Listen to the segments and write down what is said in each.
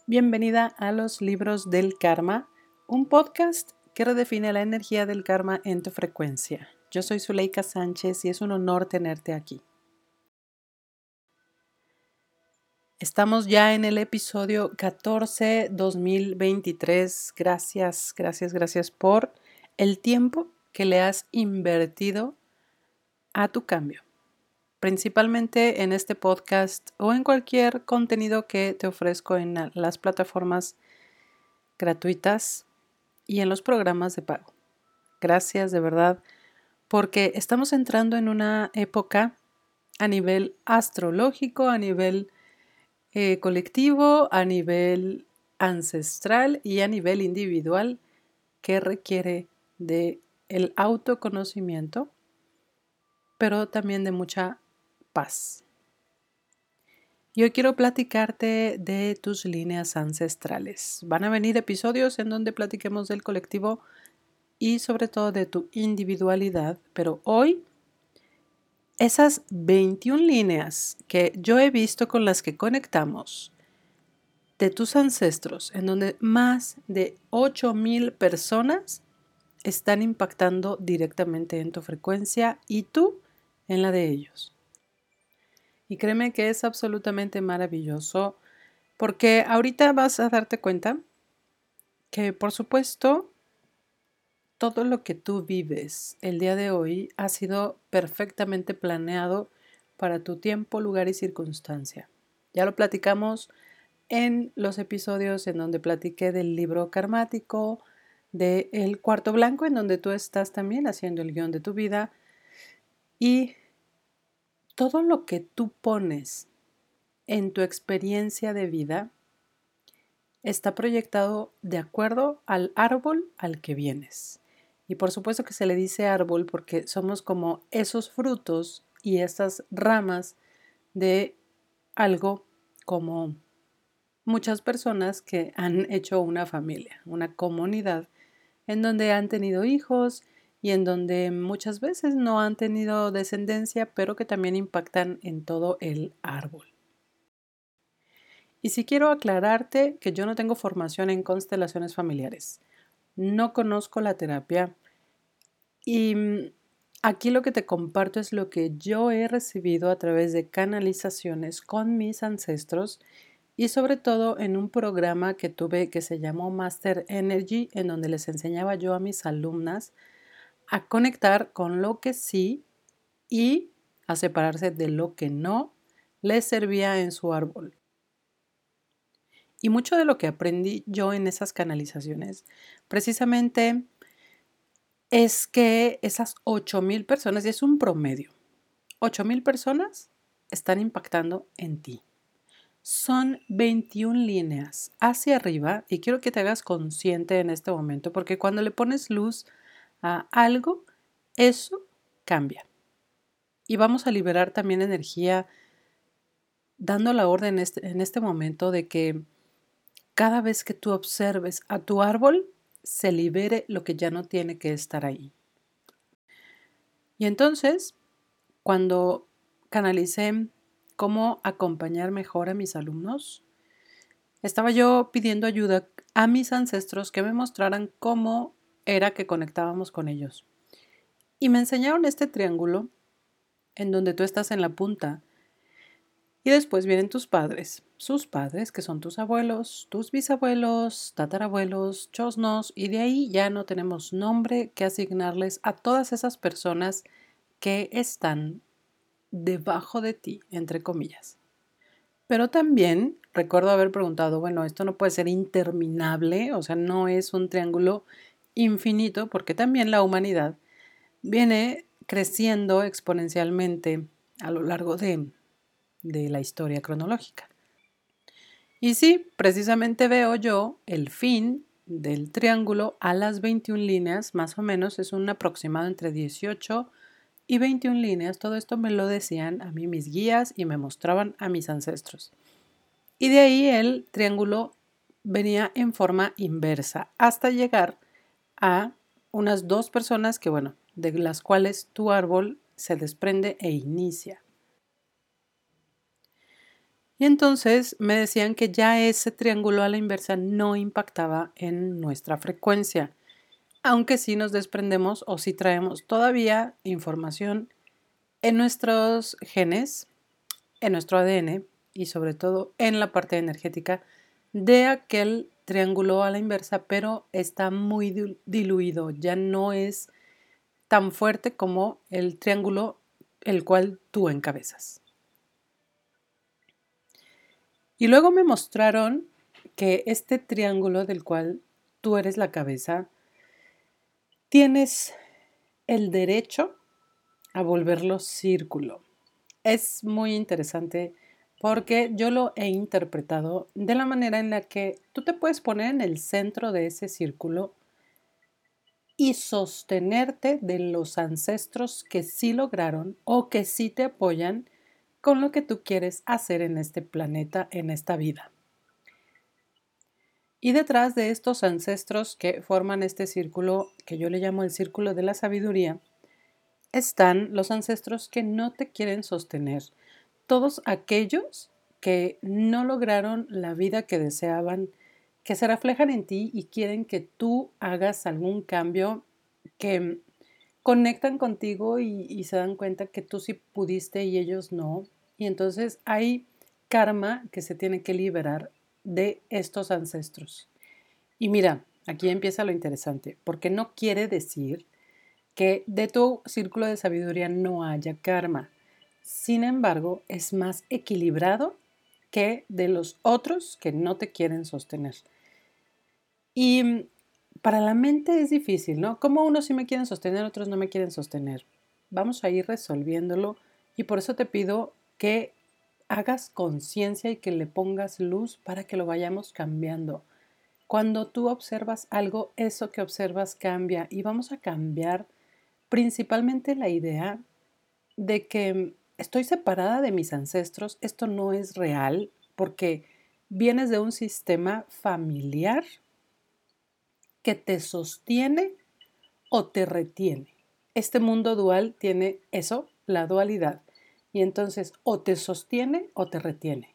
Bienvenida a los libros del karma, un podcast que redefine la energía del karma en tu frecuencia. Yo soy Zuleika Sánchez y es un honor tenerte aquí. Estamos ya en el episodio 14, 2023. Gracias por el tiempo que le has invertido a tu cambio. Principalmente en este podcast o en cualquier contenido que te ofrezco en las plataformas gratuitas y en los programas de pago. Gracias de verdad, porque estamos entrando en una época a nivel astrológico, a nivel colectivo, a nivel ancestral y a nivel individual que requiere de el autoconocimiento, pero también de mucha paz. Y hoy quiero platicarte de tus líneas ancestrales. Van a venir episodios en donde platiquemos del colectivo y sobre todo de tu individualidad, pero hoy esas 21 líneas que yo he visto con las que conectamos de tus ancestros, en donde más de 8,000 personas están impactando directamente en tu frecuencia y tú en la de ellos. Y créeme que es absolutamente maravilloso porque ahorita vas a darte cuenta que, por supuesto, todo lo que tú vives el día de hoy ha sido perfectamente planeado para tu tiempo, lugar y circunstancia. Ya lo platicamos en los episodios en donde platiqué del libro karmático, de El Cuarto Blanco, en donde tú estás también haciendo el guión de tu vida. Y todo lo que tú pones en tu experiencia de vida está proyectado de acuerdo al árbol al que vienes. Y por supuesto que se le dice árbol porque somos como esos frutos y esas ramas de algo, como muchas personas que han hecho una familia, una comunidad, en donde han tenido hijos y en donde muchas veces no han tenido descendencia, pero que también impactan en todo el árbol. Y sí quiero aclararte que yo no tengo formación en constelaciones familiares. No conozco la terapia y aquí lo que te comparto es lo que yo he recibido a través de canalizaciones con mis ancestros y sobre todo en un programa que tuve que se llamó Master Energy, en donde les enseñaba yo a mis alumnas a conectar con lo que sí y a separarse de lo que no les servía en su árbol. Y mucho de lo que aprendí yo en esas canalizaciones, precisamente es que esas 8,000 personas, y es un promedio, 8,000 personas están impactando en ti. Son 21 líneas hacia arriba y quiero que te hagas consciente en este momento porque cuando le pones luz a algo, eso cambia. Y vamos a liberar también energía dando la orden en este momento de que cada vez que tú observes a tu árbol, se libere lo que ya no tiene que estar ahí. Y entonces, cuando canalicé cómo acompañar mejor a mis alumnos, estaba yo pidiendo ayuda a mis ancestros que me mostraran cómo era que conectábamos con ellos. Y me enseñaron este triángulo en donde tú estás en la punta y después vienen tus padres, sus padres, que son tus abuelos, tus bisabuelos, tatarabuelos, chosnos, y de ahí ya no tenemos nombre que asignarles a todas esas personas que están debajo de ti, entre comillas. Pero también recuerdo haber preguntado, bueno, esto no puede ser interminable, o sea, no es un triángulo infinito, porque también la humanidad viene creciendo exponencialmente a lo largo de la historia cronológica. Y sí, precisamente veo yo el fin del triángulo a las 21 líneas, más o menos es un aproximado entre 18 y 21 líneas. Todo esto me lo decían a mí mis guías y me mostraban a mis ancestros. Y de ahí el triángulo venía en forma inversa hasta llegar a unas 2 personas que, bueno, de las cuales tu árbol se desprende e inicia. Y entonces me decían que ya ese triángulo a la inversa no impactaba en nuestra frecuencia, aunque sí nos desprendemos o sí traemos todavía información en nuestros genes, en nuestro ADN y sobre todo en la parte energética de aquel triángulo a la inversa, pero está muy diluido, ya no es tan fuerte como el triángulo el cual tú encabezas. Y luego me mostraron que este triángulo del cual tú eres la cabeza, tienes el derecho a volverlo círculo. Es muy interesante porque yo lo he interpretado de la manera en la que tú te puedes poner en el centro de ese círculo y sostenerte de los ancestros que sí lograron o que sí te apoyan con lo que tú quieres hacer en este planeta, en esta vida. Y detrás de estos ancestros que forman este círculo, que yo le llamo el círculo de la sabiduría, están los ancestros que no te quieren sostener. Todos aquellos que no lograron la vida que deseaban, que se reflejan en ti y quieren que tú hagas algún cambio, que conectan contigo y se dan cuenta que tú sí pudiste y ellos no. Y entonces hay karma que se tiene que liberar de estos ancestros. Y mira, aquí empieza lo interesante, porque no quiere decir que de tu círculo de sabiduría no haya karma. Sin embargo, es más equilibrado que de los otros que no te quieren sostener. Y para la mente es difícil, ¿no? Como unos sí me quieren sostener, otros no me quieren sostener. Vamos a ir resolviéndolo y por eso te pido que hagas conciencia y que le pongas luz para que lo vayamos cambiando. Cuando tú observas algo, eso que observas cambia y vamos a cambiar principalmente la idea de que estoy separada de mis ancestros, esto no es real porque vienes de un sistema familiar que te sostiene o te retiene. Este mundo dual tiene eso, la dualidad, y entonces o te sostiene o te retiene.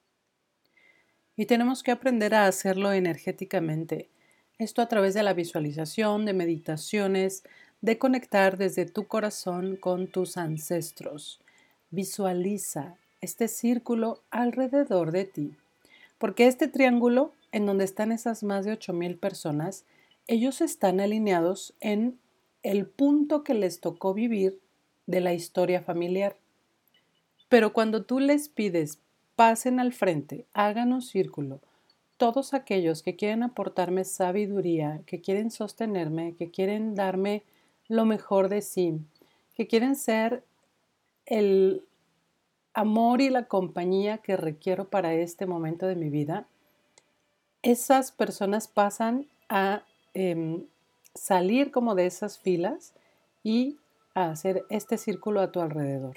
Y tenemos que aprender a hacerlo energéticamente. Esto a través de la visualización, de meditaciones, de conectar desde tu corazón con tus ancestros. Visualiza este círculo alrededor de ti, porque este triángulo en donde están esas más de 8,000 personas, ellos están alineados en el punto que les tocó vivir de la historia familiar. Pero cuando tú les pides, pasen al frente, hagan un círculo, todos aquellos que quieren aportarme sabiduría, que quieren sostenerme, que quieren darme lo mejor de sí, que quieren ser el amor y la compañía que requiero para este momento de mi vida, esas personas pasan a salir como de esas filas y a hacer este círculo a tu alrededor.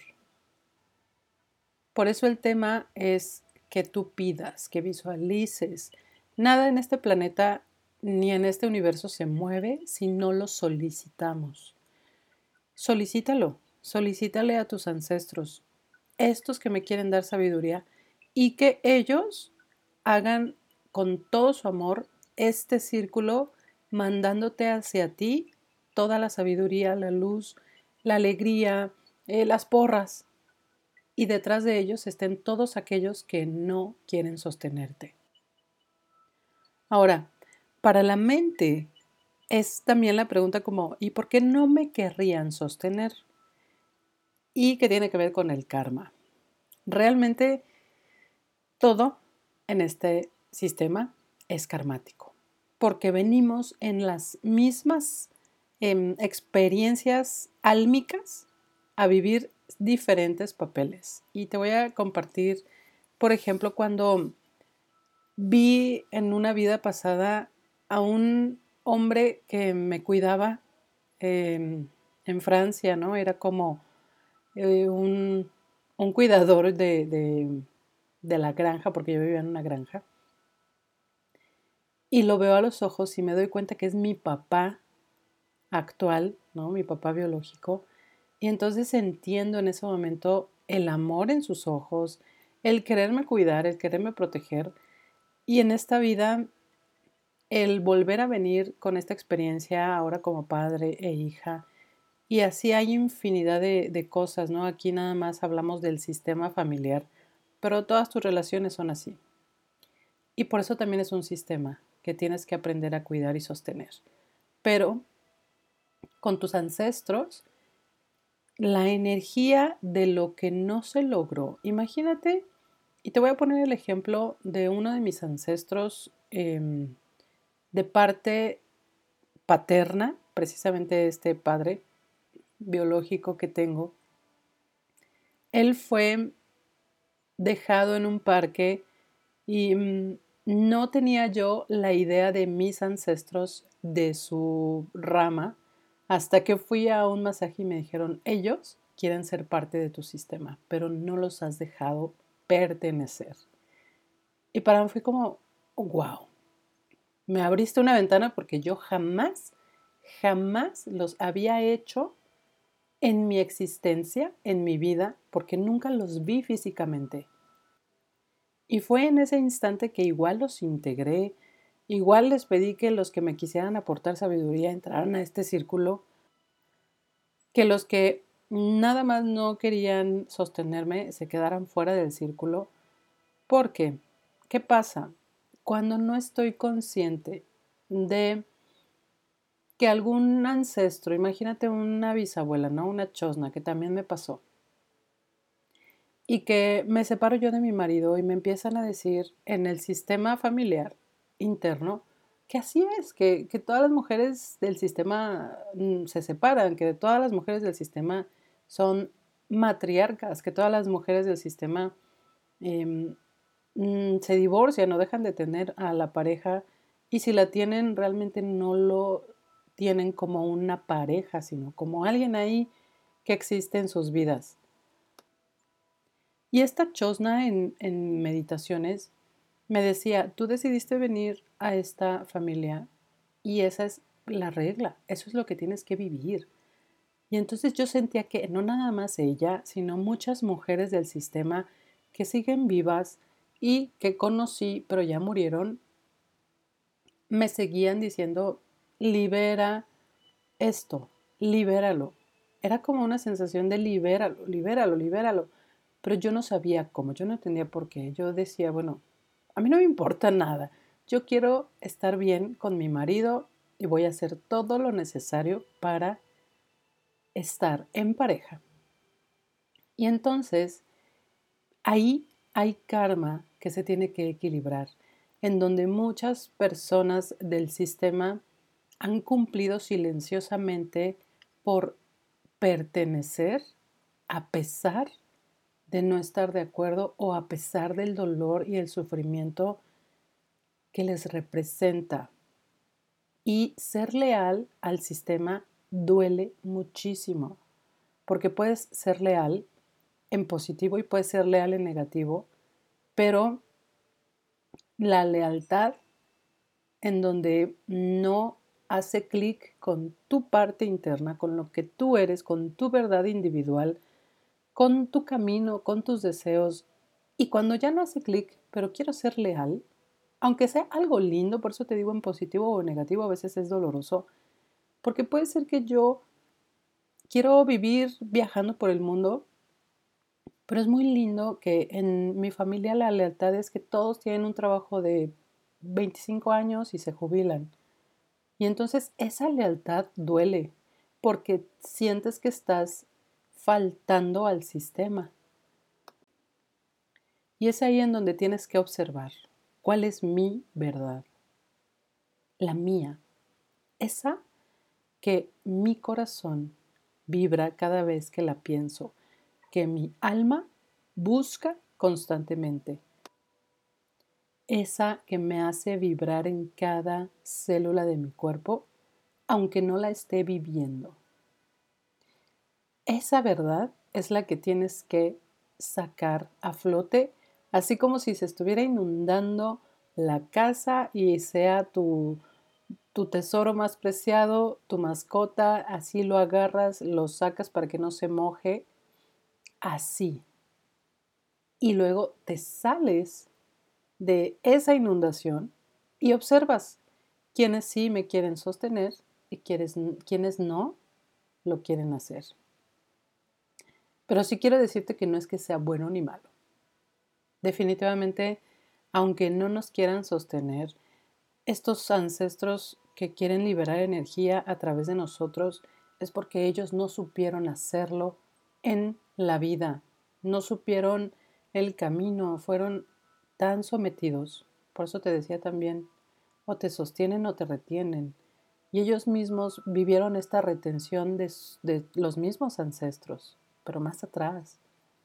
Por eso el tema es que tú pidas, que visualices. Nada en este planeta ni en este universo se mueve si no lo solicitamos. Solicítalo, solicítale a tus ancestros, estos que me quieren dar sabiduría, y que ellos hagan con todo su amor este círculo mandándote hacia ti toda la sabiduría, la luz, la alegría, las porras, y detrás de ellos estén todos aquellos que no quieren sostenerte. Ahora, para la mente es también la pregunta como, ¿y por qué no me querrían sostener? Y que tiene que ver con el karma. Realmente todo en este sistema es karmático, porque venimos en las mismas experiencias álmicas a vivir diferentes papeles. Y te voy a compartir, por ejemplo, cuando vi en una vida pasada a un hombre que me cuidaba en Francia, ¿no? Era como eh, un, un cuidador de la granja, porque yo vivía en una granja. Y lo veo a los ojos y me doy cuenta que es mi papá actual, ¿no? Mi papá biológico. Y entonces entiendo en ese momento el amor en sus ojos, el quererme cuidar, el quererme proteger. Y en esta vida, el volver a venir con esta experiencia ahora como padre e hija. Y así hay infinidad de cosas, ¿no? Aquí nada más hablamos del sistema familiar, pero todas tus relaciones son así. Y por eso también es un sistema que tienes que aprender a cuidar y sostener. Pero con tus ancestros, la energía de lo que no se logró. Imagínate, y te voy a poner el ejemplo de uno de mis ancestros de parte paterna, precisamente este padre biológico que tengo. Él fue dejado en un parque y no tenía yo la idea de mis ancestros de su rama hasta que fui a un masaje y me dijeron, ellos quieren ser parte de tu sistema, pero no los has dejado pertenecer. Y para mí fue como, wow, me abriste una ventana porque yo jamás, jamás los había hecho en mi existencia, en mi vida, porque nunca los vi físicamente. Y fue en ese instante que igual los integré, igual les pedí que los que me quisieran aportar sabiduría entraran a este círculo, que los que nada más no querían sostenerme se quedaran fuera del círculo. Porque, ¿qué pasa? Cuando no estoy consciente de que algún ancestro, imagínate una bisabuela, ¿no? Una chosna, que también me pasó, y que me separo yo de mi marido y me empiezan a decir en el sistema familiar interno que así es, que todas las mujeres del sistema se separan, que todas las mujeres del sistema son matriarcas, que todas las mujeres del sistema em, se divorcian o dejan de tener a la pareja y si la tienen realmente no lo tienen como una pareja, sino como alguien ahí que existe en sus vidas. Y esta chosna en meditaciones me decía, tú decidiste venir a esta familia y esa es la regla, eso es lo que tienes que vivir. Y entonces yo sentía que no nada más ella, sino muchas mujeres del sistema que siguen vivas y que conocí, pero ya murieron, me seguían diciendo, libera esto, libéralo. Era como una sensación de libéralo, libéralo, libéralo. Pero yo no sabía cómo, yo no entendía por qué. Yo decía, bueno, a mí no me importa nada. Yo quiero estar bien con mi marido y voy a hacer todo lo necesario para estar en pareja. Y entonces ahí hay karma que se tiene que equilibrar, en donde muchas personas del sistema han cumplido silenciosamente por pertenecer a pesar de no estar de acuerdo o a pesar del dolor y el sufrimiento que les representa. Y ser leal al sistema duele muchísimo, porque puedes ser leal en positivo y puedes ser leal en negativo, pero la lealtad en donde no hace clic con tu parte interna, con lo que tú eres, con tu verdad individual, con tu camino, con tus deseos. Y cuando ya no hace clic, pero quiero ser leal, aunque sea algo lindo, por eso te digo en positivo o negativo, a veces es doloroso, porque puede ser que yo quiero vivir viajando por el mundo, pero es muy lindo que en mi familia la lealtad es que todos tienen un trabajo de 25 años y se jubilan. Y entonces esa lealtad duele porque sientes que estás faltando al sistema. Y es ahí en donde tienes que observar cuál es mi verdad, la mía, esa que mi corazón vibra cada vez que la pienso, que mi alma busca constantemente, esa que me hace vibrar en cada célula de mi cuerpo, aunque no la esté viviendo. Esa verdad es la que tienes que sacar a flote, así como si se estuviera inundando la casa y sea tu tesoro más preciado, tu mascota, así lo agarras, lo sacas para que no se moje, así. y luego te sales de esa inundación y observas quiénes sí me quieren sostener y quiénes no lo quieren hacer. Pero sí quiero decirte que no es que sea bueno ni malo. Definitivamente, aunque no nos quieran sostener, estos ancestros que quieren liberar energía a través de nosotros es porque ellos no supieron hacerlo en la vida, no supieron el camino, fueron tan sometidos. Por eso te decía también, o te sostienen o te retienen. Y ellos mismos vivieron esta retención de los mismos ancestros, pero más atrás.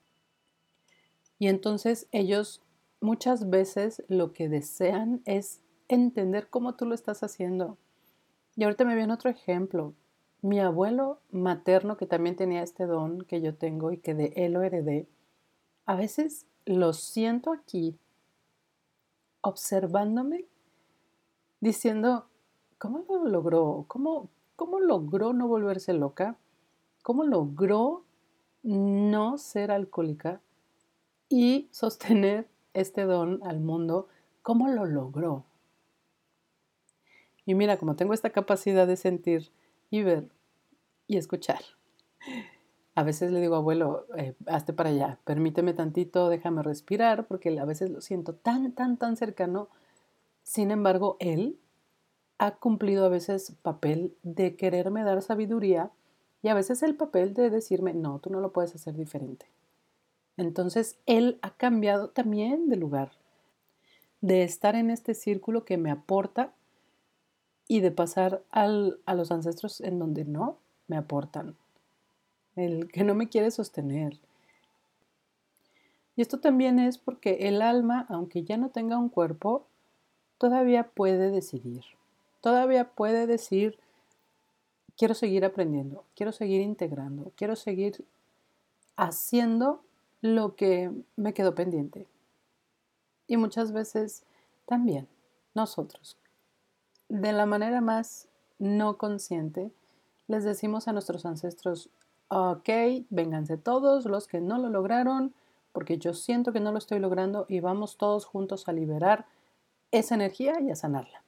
Y entonces ellos muchas veces lo que desean es entender cómo tú lo estás haciendo. Y ahorita me viene otro ejemplo. Mi abuelo materno, que también tenía este don que yo tengo y que de él lo heredé, a veces lo siento aquí observándome, diciendo, ¿cómo lo logró? ¿Cómo logró no volverse loca? ¿Cómo logró no ser alcohólica y sostener este don al mundo? ¿Cómo lo logró? Y mira, como tengo esta capacidad de sentir y ver y escuchar, a veces le digo, abuelo, hazte para allá, permíteme tantito, déjame respirar, porque a veces lo siento tan cercano. Sin embargo, él ha cumplido a veces papel de quererme dar sabiduría y a veces el papel de decirme, no, tú no lo puedes hacer diferente. Entonces, él ha cambiado también de lugar, de estar en este círculo que me aporta y de pasar a los ancestros en donde no me aportan, el que no me quiere sostener. Y esto también es porque el alma, aunque ya no tenga un cuerpo, todavía puede decidir. Todavía puede decir, quiero seguir aprendiendo, quiero seguir integrando, quiero seguir haciendo lo que me quedó pendiente. Y muchas veces también nosotros, de la manera más no consciente, les decimos a nuestros ancestros, ok, vénganse todos los que no lo lograron, porque yo siento que no lo estoy logrando y vamos todos juntos a liberar esa energía y a sanarla.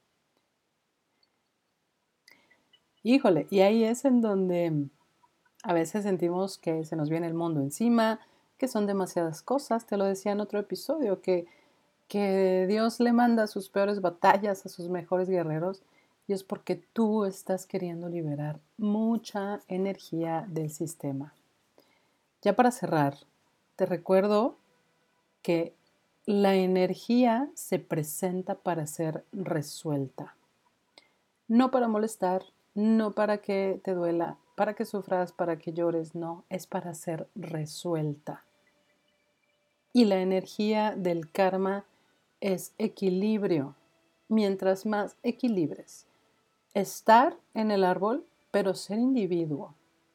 Híjole, y ahí es en donde a veces sentimos que se nos viene el mundo encima, que son demasiadas cosas. Te lo decía en otro episodio, que Dios le manda sus peores batallas a sus mejores guerreros y es porque tú estás queriendo liberar mucha energía del sistema. Ya para cerrar, te recuerdo que la energía se presenta para ser resuelta, no para molestar, no para que te duela, para que sufras, para que llores, no, es para ser resuelta. Y la energía del karma es equilibrio. Mientras más equilibres, estar en el árbol, pero ser individuo.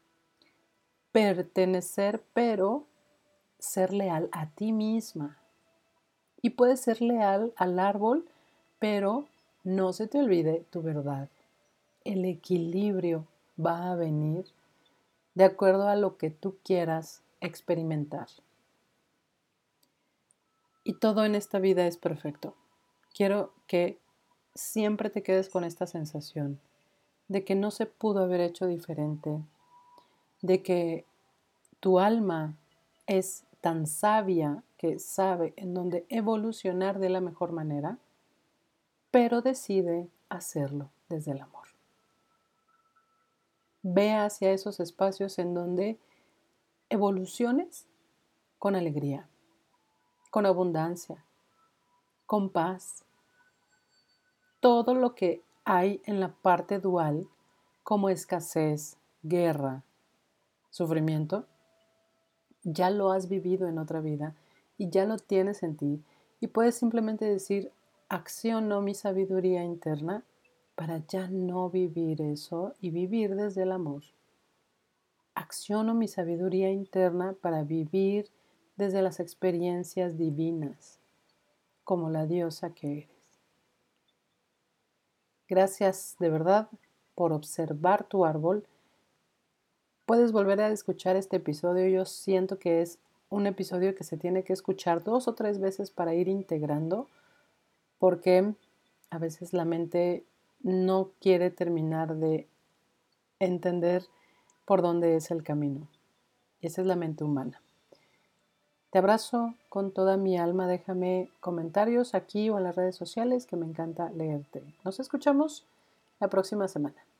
Pertenecer, pero ser leal a ti misma. Y puedes ser leal al árbol, pero no se te olvide tu verdad. El equilibrio va a venir de acuerdo a lo que tú quieras experimentar. Y todo en esta vida es perfecto. Quiero que siempre te quedes con esta sensación de que no se pudo haber hecho diferente, de que tu alma es tan sabia que sabe en dónde evolucionar de la mejor manera, pero decide hacerlo desde el amor. Ve hacia esos espacios en donde evoluciones con alegría, con abundancia, con paz. Todo lo que hay en la parte dual, como escasez, guerra, sufrimiento, ya lo has vivido en otra vida y ya lo tienes en ti y puedes simplemente decir, acciono mi sabiduría interna para ya no vivir eso y vivir desde el amor. Acciono mi sabiduría interna para vivir desde las experiencias divinas, como la diosa que eres. Gracias de verdad por observar tu árbol. Puedes volver a escuchar este episodio, yo siento que es un episodio que se tiene que escuchar 2 o 3 veces para ir integrando, porque a veces la mente no quiere terminar de entender por dónde es el camino. Y esa es la mente humana. Te abrazo con toda mi alma. Déjame comentarios aquí o en las redes sociales que me encanta leerte. Nos escuchamos la próxima semana.